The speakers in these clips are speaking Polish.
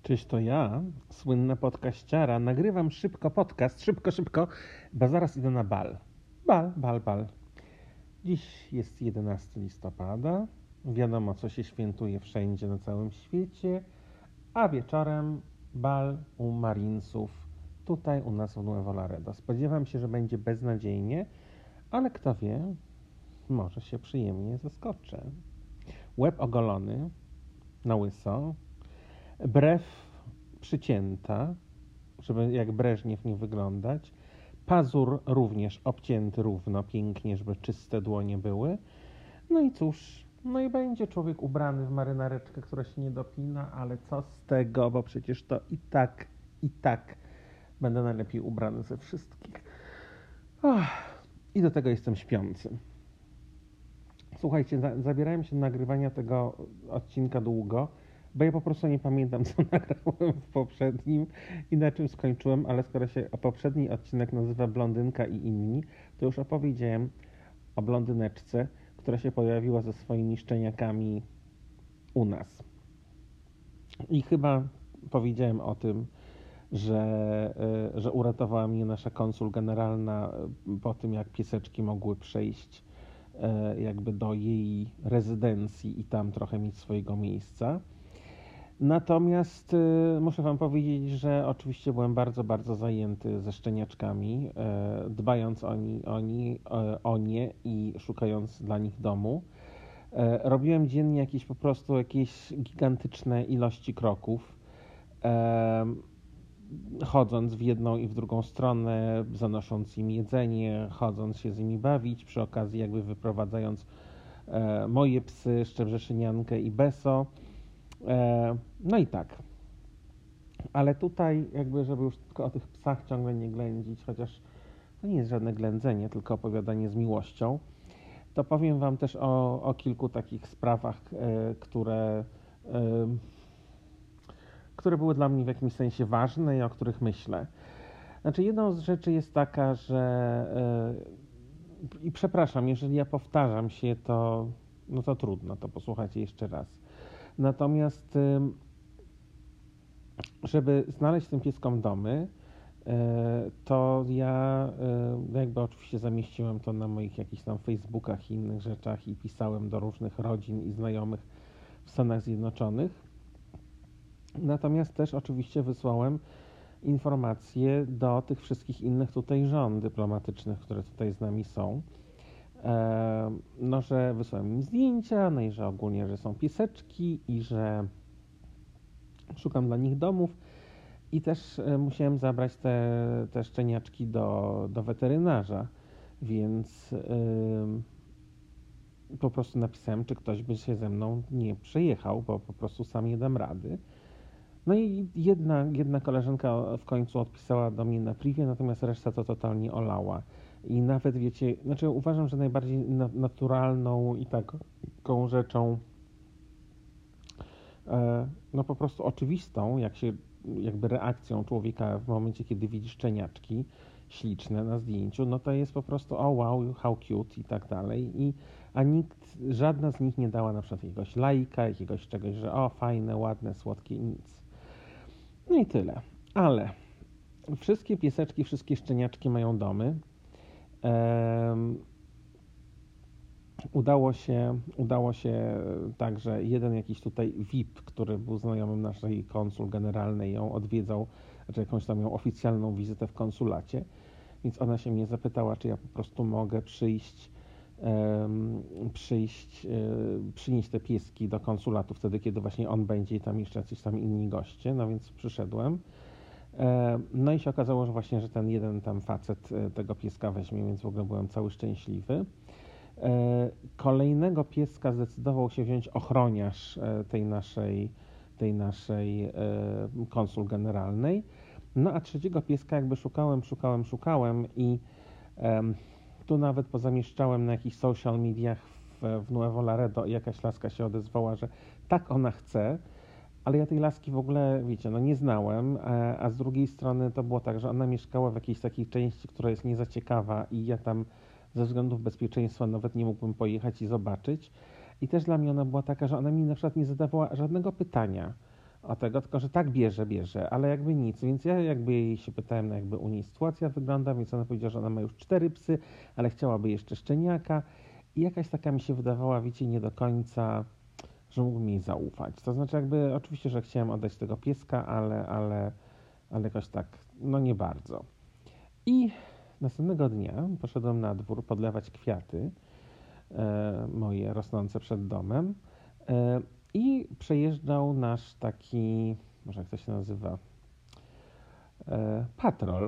Cześć, to ja, słynna podcaściara. Nagrywam szybko podcast, szybko, bo zaraz idę na bal. Bal. Dziś jest 11 listopada. Wiadomo, co się świętuje wszędzie na całym świecie. A wieczorem bal u Marinesów, tutaj u nas w Nuevo Laredo. Spodziewam się, że będzie beznadziejnie, ale kto wie, może się przyjemnie zaskoczę. Łeb ogolony, na łyso, brew przycięta, żeby jak Breżniew nie wyglądać. Pazur również obcięty równo, pięknie, żeby czyste dłonie były. No i cóż, no i będzie człowiek ubrany w marynareczkę, która się nie dopina, ale co z tego, bo przecież to i tak będę najlepiej ubrany ze wszystkich. I do tego jestem śpiący. Słuchajcie, zabierałem się do nagrywania tego odcinka długo, bo ja po prostu nie pamiętam, co nagrałem w poprzednim i na czym skończyłem, ale skoro się poprzedni odcinek nazywa Blondynka i inni, to już opowiedziałem o blondyneczce, która się pojawiła ze swoimi szczeniakami u nas. I chyba powiedziałem o tym, że uratowała mnie nasza konsul generalna po tym, jak pieseczki mogły przejść jakby do jej rezydencji i tam trochę mieć swojego miejsca. Natomiast muszę wam powiedzieć, że oczywiście byłem bardzo zajęty ze szczeniaczkami, dbając o nie i szukając dla nich domu. Robiłem dziennie jakieś gigantyczne ilości kroków, chodząc w jedną i w drugą stronę, zanosząc im jedzenie, chodząc się z nimi bawić, przy okazji jakby wyprowadzając moje psy, Szczebrzeszyniankę i Beso. No i tak. Ale tutaj jakby, żeby już tylko o tych psach ciągle nie ględzić, chociaż to nie jest żadne ględzenie, tylko opowiadanie z miłością, to powiem wam też o kilku takich sprawach, które były dla mnie w jakimś sensie ważne i o których myślę. Znaczy, jedną z rzeczy jest taka, że i przepraszam, jeżeli ja powtarzam się, to no to trudno, to posłuchajcie jeszcze raz. Natomiast żeby znaleźć tym pieskom domy, to ja jakby oczywiście zamieściłem to na moich jakichś tam Facebookach i innych rzeczach i pisałem do różnych rodzin i znajomych w Stanach Zjednoczonych. Natomiast też oczywiście wysłałem informacje do tych wszystkich innych tutaj żon dyplomatycznych, które tutaj z nami są. No, że wysłałem im zdjęcia, no i że ogólnie, że są pieseczki i że szukam dla nich domów i też musiałem zabrać te szczeniaczki do weterynarza, więc po prostu napisałem, czy ktoś by się ze mną nie przejechał, bo po prostu sam nie dam rady. No i jedna koleżanka w końcu odpisała do mnie na privie, natomiast reszta to totalnie olała. I nawet wiecie, znaczy uważam, że najbardziej naturalną i taką rzeczą no po prostu oczywistą, jakby reakcją człowieka w momencie, kiedy widzi szczeniaczki śliczne na zdjęciu, no to jest po prostu oh wow, how cute i tak dalej. A żadna z nich nie dała na przykład jakiegoś lajka, jakiegoś czegoś, że o fajne, ładne, słodkie i nic. No i tyle. Ale wszystkie pieseczki, wszystkie szczeniaczki mają domy. Udało się także jeden jakiś tutaj VIP, który był znajomym naszej konsul generalnej, ją odwiedzał, znaczy jakąś tam ją oficjalną wizytę w konsulacie, więc ona się mnie zapytała, czy ja po prostu mogę przynieść te pieski do konsulatu wtedy, kiedy właśnie on będzie i tam jeszcze jacyś tam inni goście, no więc przyszedłem. No i się okazało, że właśnie, że ten jeden tam facet tego pieska weźmie, więc w ogóle byłem cały szczęśliwy. Kolejnego pieska zdecydował się wziąć ochroniarz tej naszej konsul generalnej. No a trzeciego pieska jakby szukałem i tu nawet pozamieszczałem na jakichś social mediach w Nuevo Laredo i jakaś laska się odezwała, że tak ona chce, ale ja tej laski w ogóle, wiecie, no nie znałem, a z drugiej strony to było tak, że ona mieszkała w jakiejś takiej części, która jest nie za ciekawa i ja tam ze względów bezpieczeństwa nawet nie mógłbym pojechać i zobaczyć. I też dla mnie ona była taka, że ona mi na przykład nie zadawała żadnego pytania o tego, tylko że tak bierze, ale jakby nic, więc ja jakby jej się pytałem, no jakby u niej sytuacja wygląda, więc ona powiedziała, że ona ma już 4 psy, ale chciałaby jeszcze szczeniaka i jakaś taka mi się wydawała, wiecie, nie do końca, że mógłbym jej zaufać. To znaczy jakby, oczywiście, że chciałem oddać tego pieska, ale jakoś tak, no nie bardzo. I następnego dnia poszedłem na dwór podlewać kwiaty moje rosnące przed domem i przejeżdżał nasz taki, może jak to się nazywa, patrol,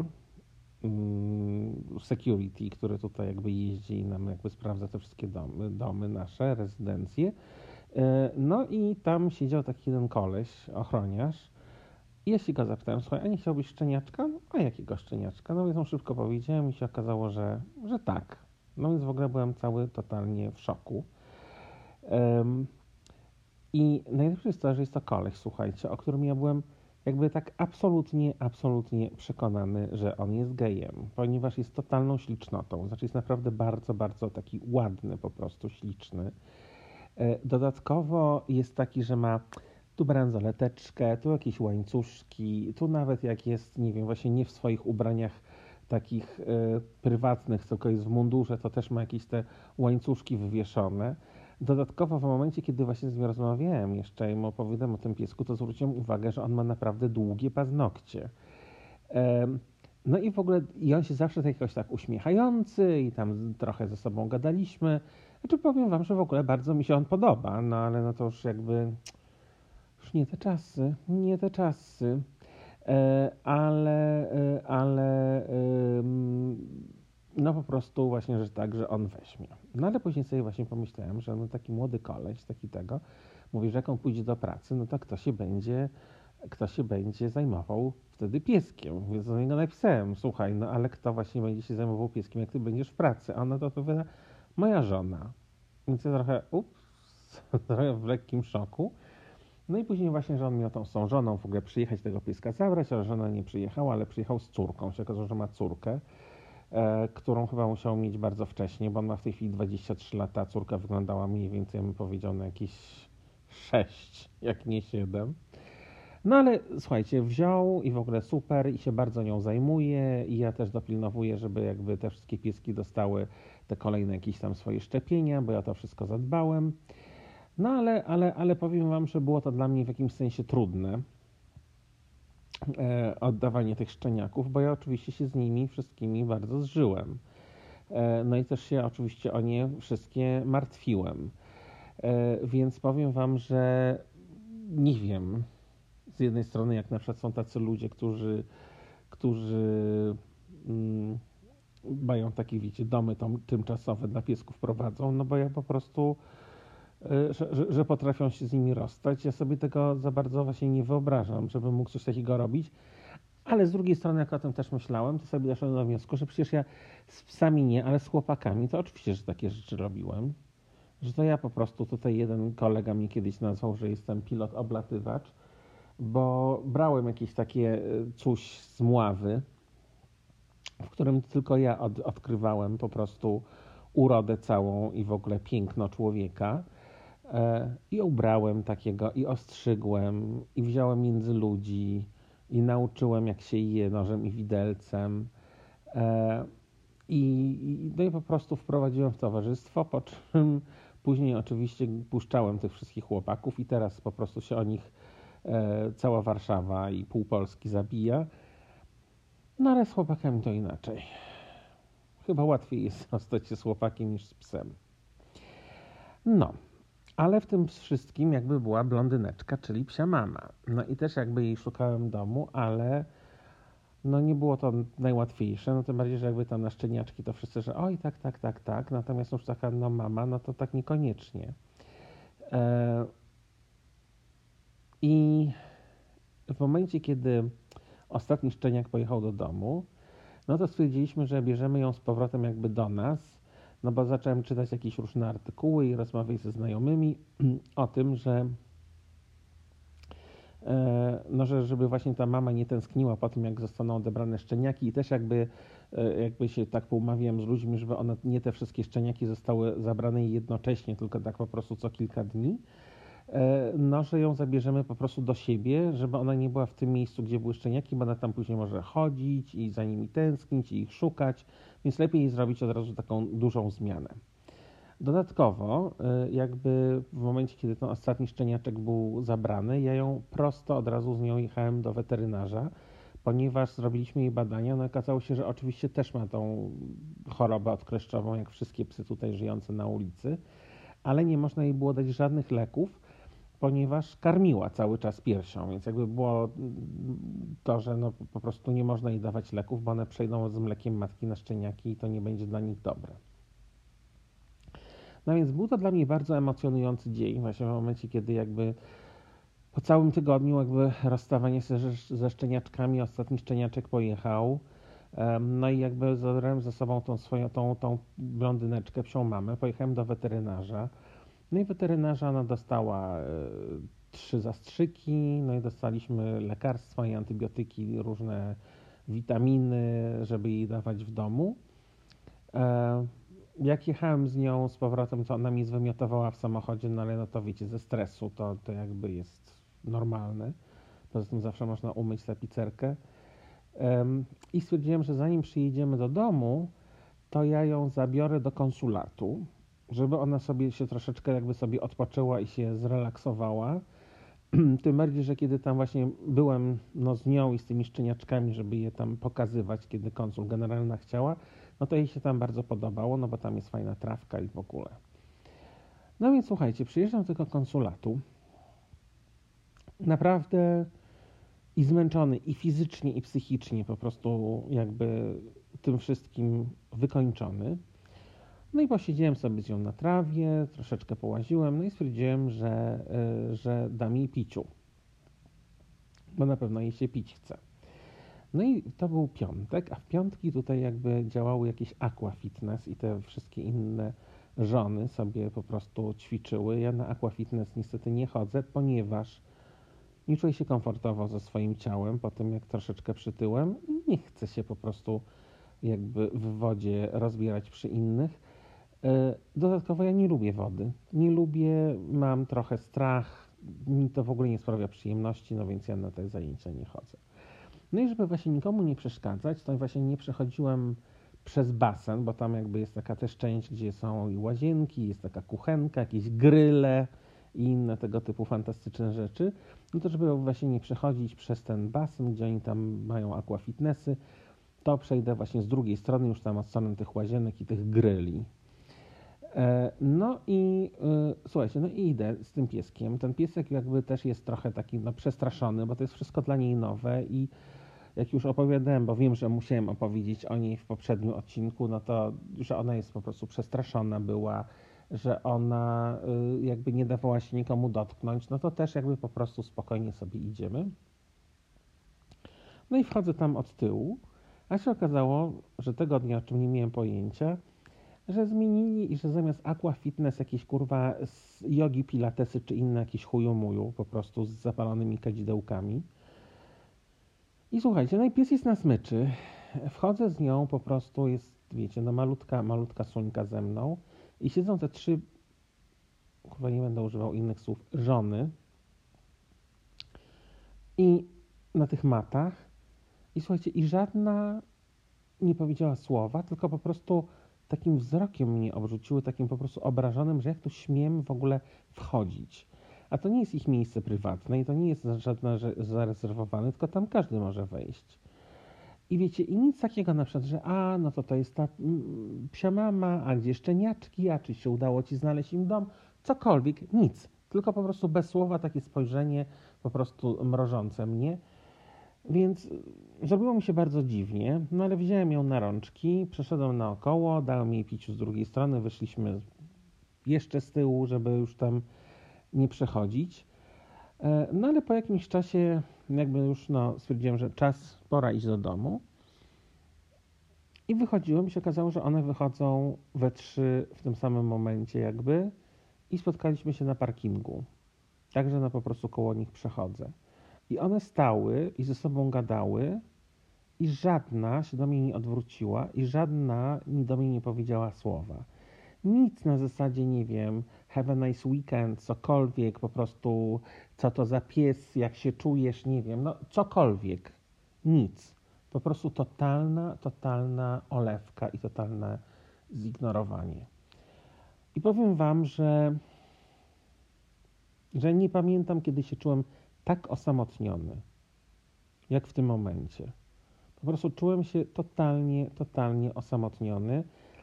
security, który tutaj jakby jeździ i nam jakby sprawdza te wszystkie domy nasze, rezydencje. No i tam siedział taki jeden koleś, ochroniarz. I ja się go zapytałem, słuchaj, a nie chciałbyś szczeniaczka? A jakiego szczeniaczka? No więc on szybko powiedziałem i się okazało, że tak. No więc w ogóle byłem cały totalnie w szoku. I najlepsze jest to, że jest to koleś, słuchajcie, o którym ja byłem jakby tak absolutnie przekonany, że on jest gejem, ponieważ jest totalną ślicznotą. Znaczy jest naprawdę bardzo taki ładny, po prostu śliczny. Dodatkowo jest taki, że ma tu bransoleteczkę, tu jakieś łańcuszki, tu nawet jak jest, nie wiem, właśnie nie w swoich ubraniach takich prywatnych, tylko jest w mundurze, to też ma jakieś te łańcuszki wywieszone. Dodatkowo w momencie, kiedy właśnie z nim rozmawiałem jeszcze i mu opowiadam o tym piesku, to zwróciłem uwagę, że on ma naprawdę długie paznokcie. No i w ogóle, i on się zawsze tak jakoś tak uśmiechający i tam trochę ze sobą gadaliśmy. Znaczy powiem wam, że w ogóle bardzo mi się on podoba, no ale no to już jakby, już nie te czasy. No po prostu właśnie, że tak, że on weźmie. No ale później sobie właśnie pomyślałem, że no taki młody koleś, taki tego, mówi, że jak on pójdzie do pracy, no to kto się będzie zajmował wtedy pieskiem. Więc do niego napisałem, słuchaj, no ale kto właśnie będzie się zajmował pieskiem, jak ty będziesz w pracy? A ona to odpowiada, moja żona. Więc ja trochę, trochę w lekkim szoku. No i później właśnie, że on miał z tą żoną w ogóle przyjechać tego pieska zabrać, ale żona nie przyjechała, ale przyjechał z córką. Się okazało, że ma córkę, którą chyba musiał mieć bardzo wcześnie, bo on ma w tej chwili 23 lata, a córka wyglądała mniej więcej, ja bym powiedział, na jakieś 6, jak nie 7. No ale słuchajcie, wziął i w ogóle super i się bardzo nią zajmuje i ja też dopilnowuję, żeby jakby te wszystkie pieski dostały te kolejne jakieś tam swoje szczepienia, bo ja to wszystko zadbałem. No ale powiem wam, że było to dla mnie w jakimś sensie trudne oddawanie tych szczeniaków, bo ja oczywiście się z nimi wszystkimi bardzo zżyłem. No i też się oczywiście o nie wszystkie martwiłem. Więc powiem wam, że nie wiem, z jednej strony jak na przykład są tacy ludzie, którzy mają takie, wiecie, domy tymczasowe dla piesków prowadzą, no bo ja po prostu że potrafią się z nimi rozstać. Ja sobie tego za bardzo właśnie nie wyobrażam, żebym mógł coś takiego robić. Ale z drugiej strony, jak o tym też myślałem, to sobie doszedłem do wniosku, że przecież ja z psami nie, ale z chłopakami to oczywiście, że takie rzeczy robiłem. Że to ja po prostu, tutaj jeden kolega mnie kiedyś nazwał, że jestem pilot oblatywacz, bo brałem jakieś takie coś z Mławy, w którym tylko ja odkrywałem po prostu urodę całą i w ogóle piękno człowieka. I ubrałem takiego, i ostrzygłem, i wziąłem między ludzi, i nauczyłem, jak się je nożem i widelcem. No i po prostu wprowadziłem w towarzystwo, po czym później oczywiście puszczałem tych wszystkich chłopaków i teraz po prostu się o nich cała Warszawa i pół Polski zabija. No ale z chłopakami to inaczej. Chyba łatwiej jest zostać się z chłopakiem niż z psem. No. Ale w tym wszystkim jakby była blondyneczka, czyli psia mama. No i też jakby jej szukałem domu, ale no nie było to najłatwiejsze, no tym bardziej, że jakby tam na szczeniaczki to wszyscy, że oj tak, natomiast już taka no mama, no to tak niekoniecznie. I w momencie, kiedy ostatni szczeniak pojechał do domu, no to stwierdziliśmy, że bierzemy ją z powrotem jakby do nas, no bo zacząłem czytać jakieś różne artykuły i rozmawiać ze znajomymi o tym, że no, żeby właśnie ta mama nie tęskniła po tym, jak zostaną odebrane szczeniaki i też jakby się tak poumawiałem z ludźmi, żeby one nie te wszystkie szczeniaki zostały zabrane jednocześnie, tylko tak po prostu co kilka dni. no, że ją zabierzemy po prostu do siebie, żeby ona nie była w tym miejscu, gdzie były szczeniaki, bo ona tam później może chodzić i za nimi tęsknić i ich szukać, więc lepiej jej zrobić od razu taką dużą zmianę. Dodatkowo, jakby w momencie, kiedy ten ostatni szczeniaczek był zabrany, ja ją prosto od razu z nią jechałem do weterynarza, ponieważ zrobiliśmy jej badania, no i okazało się, że oczywiście też ma tą chorobę odkleszczową, jak wszystkie psy tutaj żyjące na ulicy, ale nie można jej było dać żadnych leków, ponieważ karmiła cały czas piersią, więc jakby było to, że no po prostu nie można jej dawać leków, bo one przejdą z mlekiem matki na szczeniaki i to nie będzie dla nich dobre. No więc był to dla mnie bardzo emocjonujący dzień, właśnie w momencie, kiedy jakby po całym tygodniu jakby rozstawanie się ze szczeniaczkami, ostatni szczeniaczek pojechał, no i jakby zabrałem ze sobą tą blondyneczkę, psią mamę, pojechałem do weterynarza, no i weterynarza ona dostała 3 zastrzyki, no i dostaliśmy lekarstwa i antybiotyki, różne witaminy, żeby jej dawać w domu. Jak jechałem z nią z powrotem, to ona mi zwymiotowała w samochodzie, no ale no to wiecie, ze stresu to jakby jest normalne. Poza tym zawsze można umyć tapicerkę. I stwierdziłem, że zanim przyjedziemy do domu, to ja ją zabiorę do konsulatu, żeby ona sobie się troszeczkę jakby sobie odpoczęła i się zrelaksowała. Tym bardziej, że kiedy tam właśnie byłem no, z nią i z tymi szczeniaczkami, żeby je tam pokazywać, kiedy konsul generalna chciała, no to jej się tam bardzo podobało, no bo tam jest fajna trawka i w ogóle. No więc słuchajcie, przyjeżdżam do tego konsulatu, naprawdę i zmęczony i fizycznie, i psychicznie po prostu jakby tym wszystkim wykończony. No i posiedziałem sobie z nią na trawie, troszeczkę połaziłem, no i stwierdziłem, że dam jej piciu, bo na pewno jej się pić chce. No i to był piątek, a w piątki tutaj jakby działały jakieś aqua fitness i te wszystkie inne żony sobie po prostu ćwiczyły. Ja na aqua fitness niestety nie chodzę, ponieważ nie czuję się komfortowo ze swoim ciałem po tym, jak troszeczkę przytyłem i nie chcę się po prostu jakby w wodzie rozbierać przy innych. Dodatkowo ja nie lubię wody. Nie lubię, mam trochę strach, mi to w ogóle nie sprawia przyjemności, no więc ja na te zajęcia nie chodzę. No i żeby właśnie nikomu nie przeszkadzać, to właśnie nie przechodziłem przez basen, bo tam jakby jest taka też część, gdzie są i łazienki, jest taka kuchenka, jakieś gryle i inne tego typu fantastyczne rzeczy. No to żeby właśnie nie przechodzić przez ten basen, gdzie oni tam mają aquafitnessy, to przejdę właśnie z drugiej strony, już tam od strony tych łazienek i tych gryli. No i słuchajcie, no i idę z tym pieskiem. Ten piesek jakby też jest trochę taki no, przestraszony, bo to jest wszystko dla niej nowe i jak już opowiadałem, bo wiem, że musiałem opowiedzieć o niej w poprzednim odcinku, no to, że ona jest po prostu przestraszona była, że ona jakby nie dawała się nikomu dotknąć, no to też jakby po prostu spokojnie sobie idziemy. No i wchodzę tam od tyłu, a się okazało, że tego dnia, o czym nie miałem pojęcia, że zmienili i że zamiast aqua fitness jakieś kurwa jogi, pilatesy czy inne jakieś chujomuju po prostu z zapalonymi kadzidełkami. I słuchajcie, no i pies jest na smyczy. Wchodzę z nią, po prostu jest, wiecie, no malutka Sońka ze mną i siedzą te 3, chyba nie będę używał innych słów, żony i na tych matach i słuchajcie, i żadna nie powiedziała słowa, tylko po prostu takim wzrokiem mnie obrzuciły, takim po prostu obrażonym, że jak tu śmiem w ogóle wchodzić. A to nie jest ich miejsce prywatne i to nie jest żadne zarezerwowane, tylko tam każdy może wejść. I wiecie, i nic takiego na przykład, że no to jest ta psia mama, a gdzie szczeniaczki, a czy się udało ci znaleźć im dom, cokolwiek, nic. Tylko po prostu bez słowa takie spojrzenie po prostu mrożące mnie. Więc zrobiło mi się bardzo dziwnie, no ale wziąłem ją na rączki, przeszedłem naokoło, dałem jej piciu z drugiej strony, wyszliśmy jeszcze z tyłu, żeby już tam nie przechodzić. No ale po jakimś czasie jakby już stwierdziłem, że pora iść do domu. I wychodziłem i się okazało, że one wychodzą we 3 w tym samym momencie jakby i spotkaliśmy się na parkingu. Także po prostu koło nich przechodzę. I one stały i ze sobą gadały i żadna się do mnie nie odwróciła i żadna do mnie nie powiedziała słowa. Nic na zasadzie, nie wiem, have a nice weekend, cokolwiek, po prostu co to za pies, jak się czujesz, nie wiem, no cokolwiek, nic. Po prostu totalna olewka i totalne zignorowanie. I powiem wam, że nie pamiętam, kiedy się czułem tak osamotniony, jak w tym momencie. Po prostu czułem się totalnie osamotniony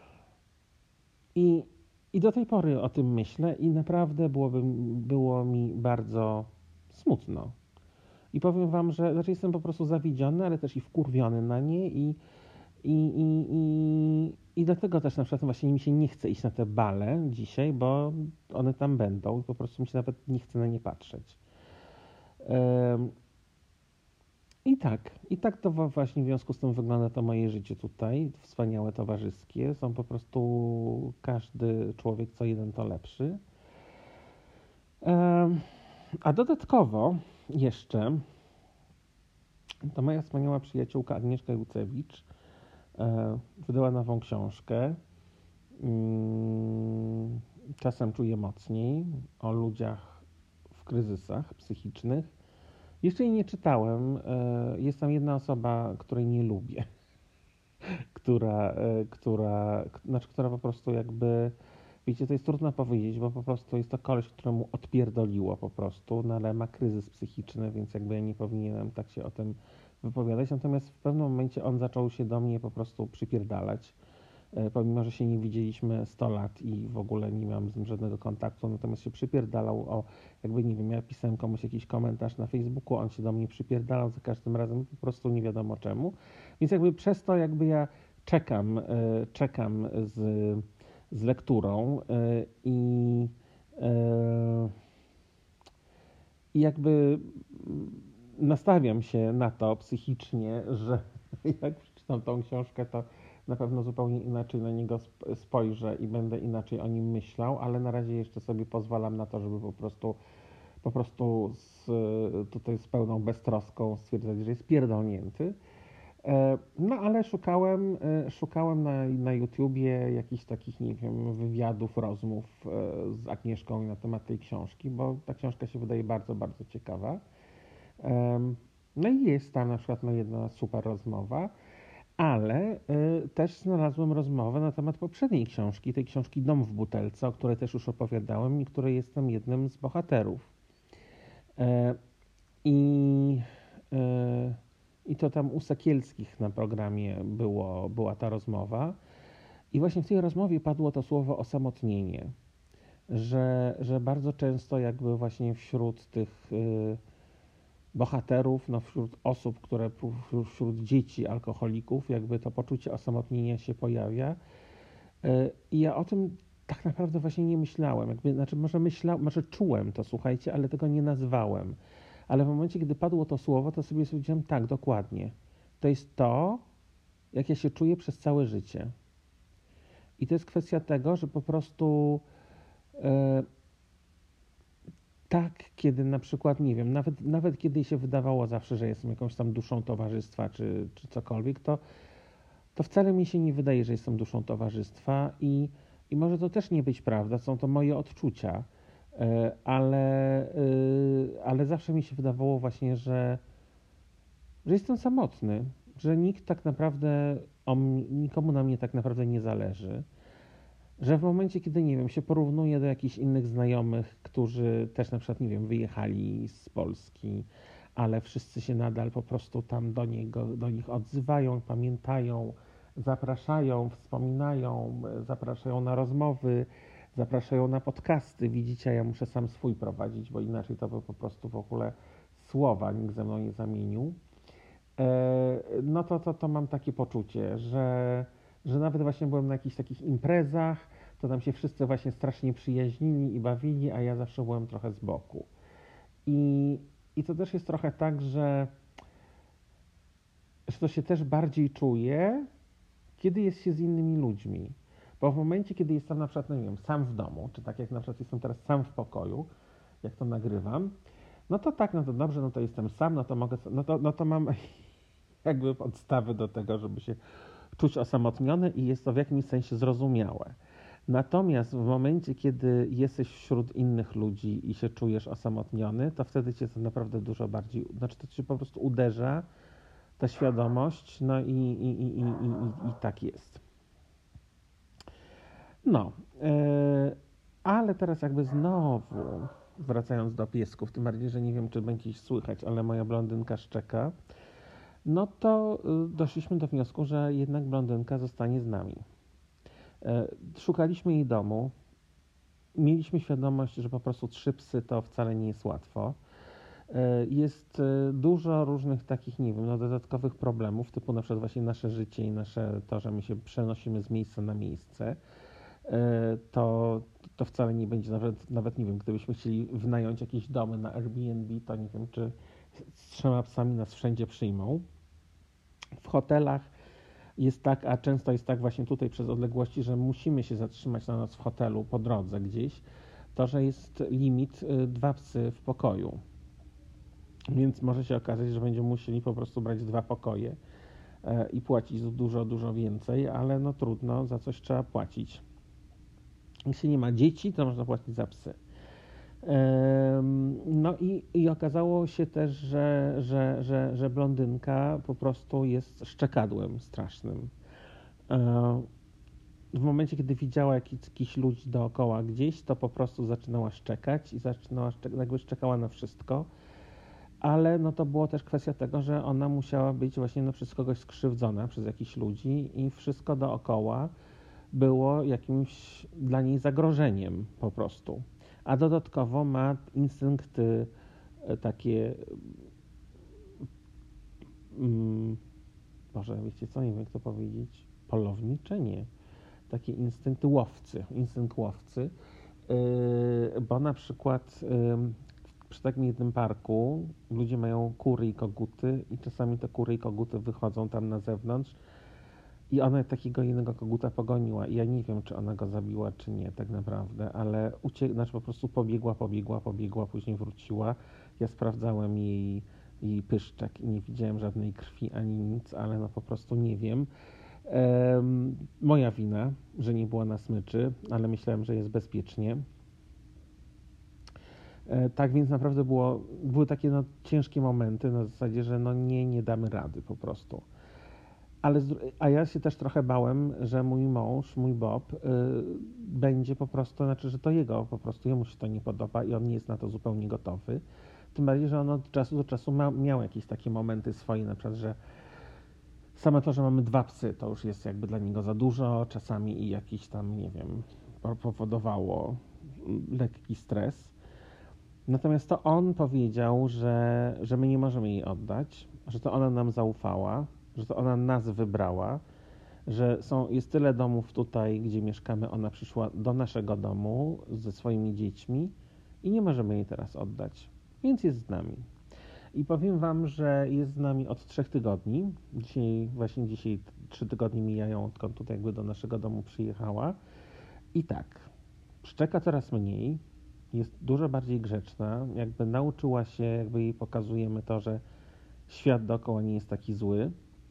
i do tej pory o tym myślę i naprawdę było mi bardzo smutno. I powiem wam, że jestem po prostu zawiedziony, ale też i wkurwiony na nie i dlatego też na przykład właśnie mi się nie chce iść na te bale dzisiaj, bo one tam będą i po prostu mi się nawet nie chce na nie patrzeć. I tak to właśnie w związku z tym wygląda to moje życie tutaj, wspaniałe, towarzyskie. Są po prostu każdy człowiek co jeden to lepszy. A dodatkowo jeszcze to moja wspaniała przyjaciółka Agnieszka Jucewicz wydała nową książkę. Czasem czuję mocniej o ludziach w kryzysach psychicznych. Jeszcze jej nie czytałem. Jest tam jedna osoba, której nie lubię, która po prostu jakby, wiecie, to jest trudno powiedzieć, bo po prostu jest to koleś, któremu odpierdoliło po prostu, no ale ma kryzys psychiczny, więc jakby ja nie powinienem tak się o tym wypowiadać. Natomiast w pewnym momencie on zaczął się do mnie po prostu przypierdalać. Pomimo, że się nie widzieliśmy 100 lat i w ogóle nie miałem z nim żadnego kontaktu, natomiast się przypierdalał o, jakby nie wiem, ja pisałem komuś jakiś komentarz na Facebooku, on się do mnie przypierdalał za każdym razem, po prostu nie wiadomo czemu. Więc jakby przez to jakby ja czekam z lekturą i jakby nastawiam się na to psychicznie, że jak przeczytam tą książkę, to na pewno zupełnie inaczej na niego spojrzę i będę inaczej o nim myślał, ale na razie jeszcze sobie pozwalam na to, żeby po prostu tutaj z pełną beztroską stwierdzać, że jest pierdolnięty. No ale szukałem na YouTubie jakichś takich, nie wiem, wywiadów, rozmów z Agnieszką na temat tej książki, bo ta książka się wydaje bardzo ciekawa. No i jest tam na przykład jedna super rozmowa, ale też znalazłem rozmowę na temat poprzedniej książki, tej książki Dom w butelce, o której też już opowiadałem i której jestem jednym z bohaterów. I to tam u Sekielskich na programie była ta rozmowa. I właśnie w tej rozmowie padło to słowo osamotnienie, że bardzo często jakby właśnie wśród tych bohaterów, no wśród osób, wśród dzieci alkoholików, jakby to poczucie osamotnienia się pojawia. I ja o tym tak naprawdę właśnie nie myślałem. Może czułem to, słuchajcie, ale tego nie nazwałem. Ale w momencie, kiedy padło to słowo, to sobie powiedziałem, tak, dokładnie. To jest to, jak ja się czuję przez całe życie. I to jest kwestia tego, że po prostu tak, kiedy na przykład, nie wiem, nawet kiedy się wydawało zawsze, że jestem jakąś tam duszą towarzystwa, czy cokolwiek, to wcale mi się nie wydaje, że jestem duszą towarzystwa i może to też nie być prawda, są to moje odczucia, ale zawsze mi się wydawało właśnie, że jestem samotny, że nikt tak naprawdę, nikomu na mnie tak naprawdę nie zależy, że w momencie, kiedy, nie wiem, się porównuję do jakichś innych znajomych, którzy też na przykład, nie wiem, wyjechali z Polski, ale wszyscy się nadal po prostu tam do nich odzywają, pamiętają, zapraszają, wspominają, zapraszają na rozmowy, zapraszają na podcasty. Widzicie, ja muszę sam swój prowadzić, bo inaczej to by po prostu w ogóle słowa nikt ze mną nie zamienił. No to mam takie poczucie, że nawet właśnie byłem na jakichś takich imprezach, to tam się wszyscy właśnie strasznie przyjaźnili i bawili, a ja zawsze byłem trochę z boku. I to też jest trochę tak, że to się też bardziej czuje, kiedy jest się z innymi ludźmi. Bo w momencie, kiedy jestem na przykład, no nie wiem, sam w domu, czy tak jak na przykład jestem teraz sam w pokoju, jak to nagrywam, no to tak, no to dobrze, no to jestem sam, no to mogę, no to mam jakby podstawy do tego, żeby się czuć osamotniony i jest to w jakimś sensie zrozumiałe. Natomiast w momencie, kiedy jesteś wśród innych ludzi i się czujesz osamotniony, to wtedy cię to naprawdę dużo bardziej, znaczy to cię po prostu uderza, ta świadomość, no i tak jest. No, ale teraz jakby znowu wracając do piesków, tym bardziej, że nie wiem, czy będzie ich słychać, ale moja blondynka szczeka, no to doszliśmy do wniosku, że jednak blondynka zostanie z nami. Szukaliśmy jej domu, mieliśmy świadomość, że po prostu 3 psy to wcale nie jest łatwo. Jest dużo różnych takich, nie wiem, dodatkowych problemów, typu na przykład właśnie nasze życie i to, że my się przenosimy z miejsca na miejsce. To wcale nie będzie, nawet nie wiem, gdybyśmy chcieli wynająć jakieś domy na Airbnb, to nie wiem, czy z 3 psami nas wszędzie przyjmą. W hotelach jest tak, a często jest tak właśnie tutaj przez odległości, że musimy się zatrzymać na noc w hotelu po drodze gdzieś, to, że jest limit 2 psy w pokoju. Więc może się okazać, że będziemy musieli po prostu brać 2 pokoje i płacić dużo, dużo więcej, ale no trudno, za coś trzeba płacić. Jeśli nie ma dzieci, to można płacić za psy. No i okazało się też, że blondynka po prostu jest szczekadłem strasznym. W momencie, kiedy widziała jakichś ludzi dookoła gdzieś, to po prostu zaczynała szczekać i jakby szczekała na wszystko. Ale no to było też kwestia tego, że ona musiała być właśnie przez kogoś skrzywdzona, przez jakichś ludzi i wszystko dookoła było jakimś dla niej zagrożeniem po prostu. A dodatkowo ma instynkty takie Boże, wiecie co, nie wiem jak to powiedzieć, polownicze, nie. Takie instynkt łowcy, bo na przykład przy takim jednym parku ludzie mają kury i koguty i czasami te kury i koguty wychodzą tam na zewnątrz i ona takiego jednego koguta pogoniła i ja nie wiem, czy ona go zabiła, czy nie tak naprawdę, ale znaczy po prostu pobiegła, później wróciła. Ja sprawdzałem jej pyszczek i nie widziałem żadnej krwi ani nic, ale no po prostu nie wiem. Moja wina, że nie była na smyczy, ale myślałem, że jest bezpiecznie. Tak więc naprawdę były takie ciężkie momenty na zasadzie, że nie damy rady po prostu. A ja się też trochę bałem, że mój mąż, mój Bob, będzie po prostu, znaczy, że to jemu się to nie podoba i on nie jest na to zupełnie gotowy. Tym bardziej, że on od czasu do czasu miał jakieś takie momenty swoje, na przykład, że same to, że mamy 2 psy, to już jest jakby dla niego za dużo, czasami i jakiś tam, nie wiem, powodowało lekki stres. Natomiast to on powiedział, że my nie możemy jej oddać, że to ona nam zaufała, że to ona nas wybrała, że jest tyle domów tutaj, gdzie mieszkamy, ona przyszła do naszego domu ze swoimi dziećmi i nie możemy jej teraz oddać, więc jest z nami. I powiem wam, że jest z nami od 3 tygodni. Dzisiaj 3 tygodnie mijają, odkąd tutaj jakby do naszego domu przyjechała. I tak, szczeka coraz mniej, jest dużo bardziej grzeczna, jakby nauczyła się, jakby jej pokazujemy to, że świat dookoła nie jest taki zły.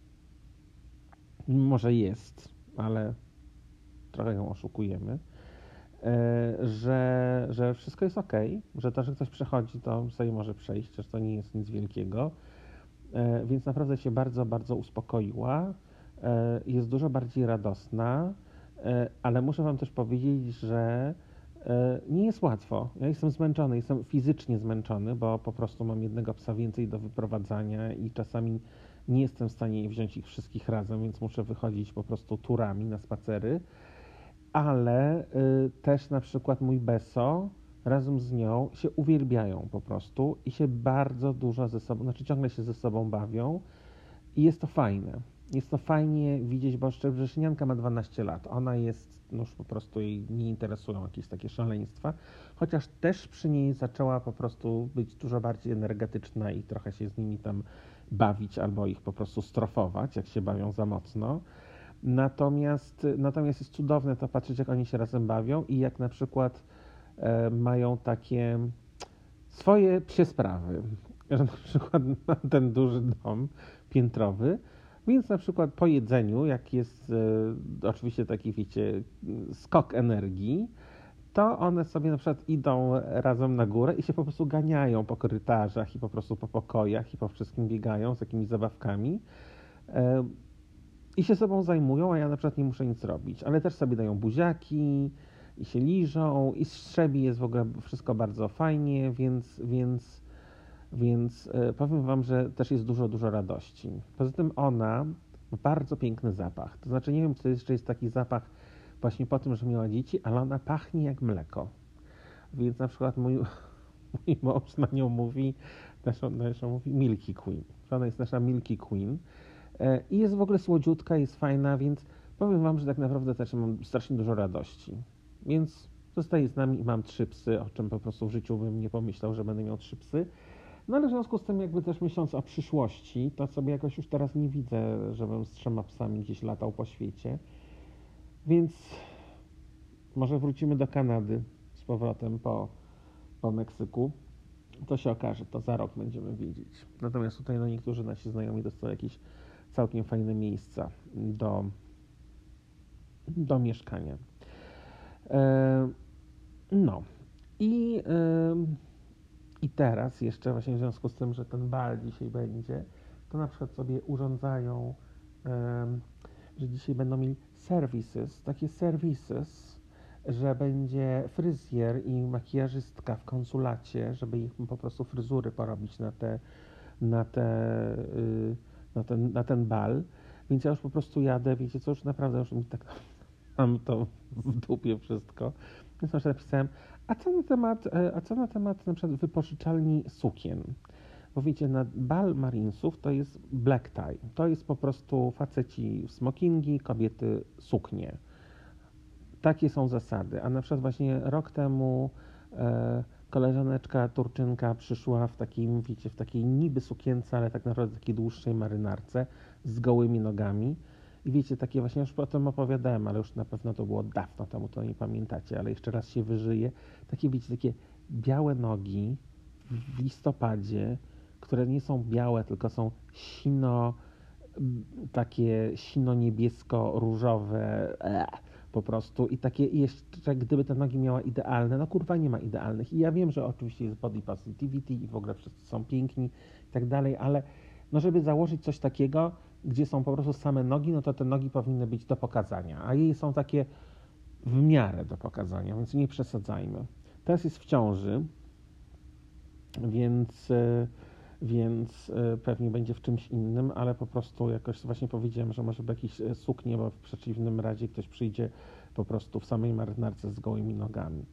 Może jest, ale trochę ją oszukujemy. Że wszystko jest okej, że to, że ktoś przechodzi, to sobie może przejść, że to nie jest nic wielkiego. Więc naprawdę się bardzo, bardzo uspokoiła. Jest dużo bardziej radosna, ale muszę wam też powiedzieć, że nie jest łatwo. Ja jestem zmęczony, jestem fizycznie zmęczony, bo po prostu mam jednego psa więcej do wyprowadzania i czasami nie jestem w stanie wziąć ich wszystkich razem, więc muszę wychodzić po prostu turami na spacery. Ale też na przykład mój Beso razem z nią się uwielbiają po prostu i się bardzo dużo ze sobą, znaczy ciągle się ze sobą bawią i jest to fajne. Jest to fajnie widzieć, bo Szczebrzeszynianka ma 12 lat. Ona jest, już po prostu jej nie interesują jakieś takie szaleństwa, chociaż też przy niej zaczęła po prostu być dużo bardziej energetyczna i trochę się z nimi tam bawić albo ich po prostu strofować, jak się bawią za mocno. Natomiast jest cudowne to patrzeć, jak oni się razem bawią i jak na przykład mają takie swoje psie sprawy. Że na przykład mam ten duży dom piętrowy, Więc na przykład po jedzeniu, jak jest oczywiście taki, wiecie, skok energii, to one sobie na przykład idą razem na górę i się po prostu ganiają po korytarzach i po prostu po pokojach i po wszystkim biegają z jakimiś zabawkami i się sobą zajmują, a ja na przykład nie muszę nic robić, ale też sobie dają buziaki i się liżą i strzebi, jest w ogóle wszystko bardzo fajnie, więc powiem wam, że też jest dużo radości. Poza tym ona ma bardzo piękny zapach. To znaczy, nie wiem, czy jeszcze jest taki zapach właśnie po tym, że miała dzieci, ale ona pachnie jak mleko. Więc na przykład mój mąż na nią mówi, naszą mówi Milky Queen. Że ona jest nasza Milky Queen. I jest w ogóle słodziutka, jest fajna, więc powiem wam, że tak naprawdę też mam strasznie dużo radości. Więc zostaje z nami i mam 3 psy, o czym po prostu w życiu bym nie pomyślał, że będę miał 3 psy. No ale w związku z tym jakby też myśląc o przyszłości, to sobie jakoś już teraz nie widzę, żebym z 3 psami gdzieś latał po świecie. Więc może wrócimy do Kanady z powrotem po Meksyku. To się okaże, to za rok będziemy wiedzieć. Natomiast tutaj no, niektórzy nasi znajomi dostały jakieś całkiem fajne miejsca do mieszkania. No i teraz jeszcze właśnie w związku z tym, że ten bal dzisiaj będzie, to na przykład sobie urządzają, że dzisiaj będą mieli takie services, że będzie fryzjer i makijażystka w konsulacie, żeby ich po prostu fryzury porobić na ten bal. Więc ja już po prostu jadę, wiecie co, już naprawdę już mi tak mam to w dupie wszystko. Więc już napisałem, a co na temat na przykład wypożyczalni sukien? Bo wiecie, na bal Marinesów to jest black tie. To jest po prostu faceci w smokingi, kobiety suknie. Takie są zasady. A na przykład właśnie rok temu koleżaneczka Turczynka przyszła w takim, wiecie, w takiej niby sukience, ale tak naprawdę takiej dłuższej marynarce z gołymi nogami. I wiecie, takie właśnie już o tym opowiadałem, ale już na pewno to było dawno temu, to nie pamiętacie, ale jeszcze raz się wyżyje. Takie, wiecie, takie białe nogi w listopadzie, które nie są białe, tylko są takie sino-niebiesko-różowe, po prostu i takie jeszcze, gdyby te nogi miała idealne, no kurwa nie ma idealnych i ja wiem, że oczywiście jest body positivity i w ogóle wszyscy są piękni i tak dalej, ale no żeby założyć coś takiego, gdzie są po prostu same nogi, no to te nogi powinny być do pokazania, a jej są takie w miarę do pokazania, więc nie przesadzajmy. Teraz jest w ciąży, więc pewnie będzie w czymś innym, ale po prostu jakoś właśnie powiedziałem, że może by jakieś suknie, bo w przeciwnym razie ktoś przyjdzie po prostu w samej marynarce z gołymi nogami.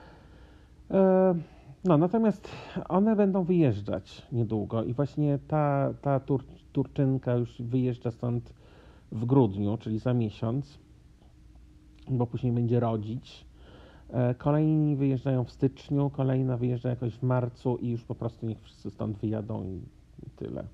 No, natomiast one będą wyjeżdżać niedługo i właśnie ta Turczynka już wyjeżdża stąd w grudniu, czyli za miesiąc, bo później będzie rodzić. Kolejni wyjeżdżają w styczniu, kolejna wyjeżdża jakoś w marcu i już po prostu niech wszyscy stąd wyjadą i tyle.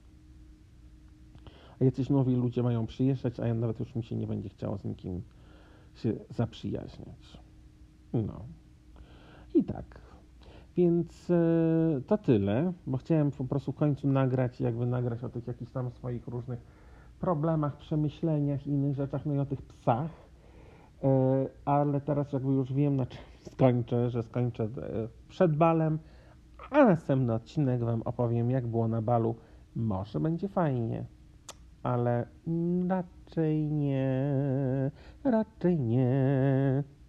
A jacyś nowi ludzie mają przyjeżdżać, a ja nawet już mi się nie będzie chciało z nikim się zaprzyjaźniać. No. I tak. Więc to tyle, bo chciałem po prostu w końcu nagrać o tych jakichś tam swoich różnych problemach, przemyśleniach i innych rzeczach, no i o tych psach. Ale teraz jakby już wiem, na czym że skończę przed balem, a następny odcinek wam opowiem, jak było na balu. Może będzie fajnie, ale raczej nie.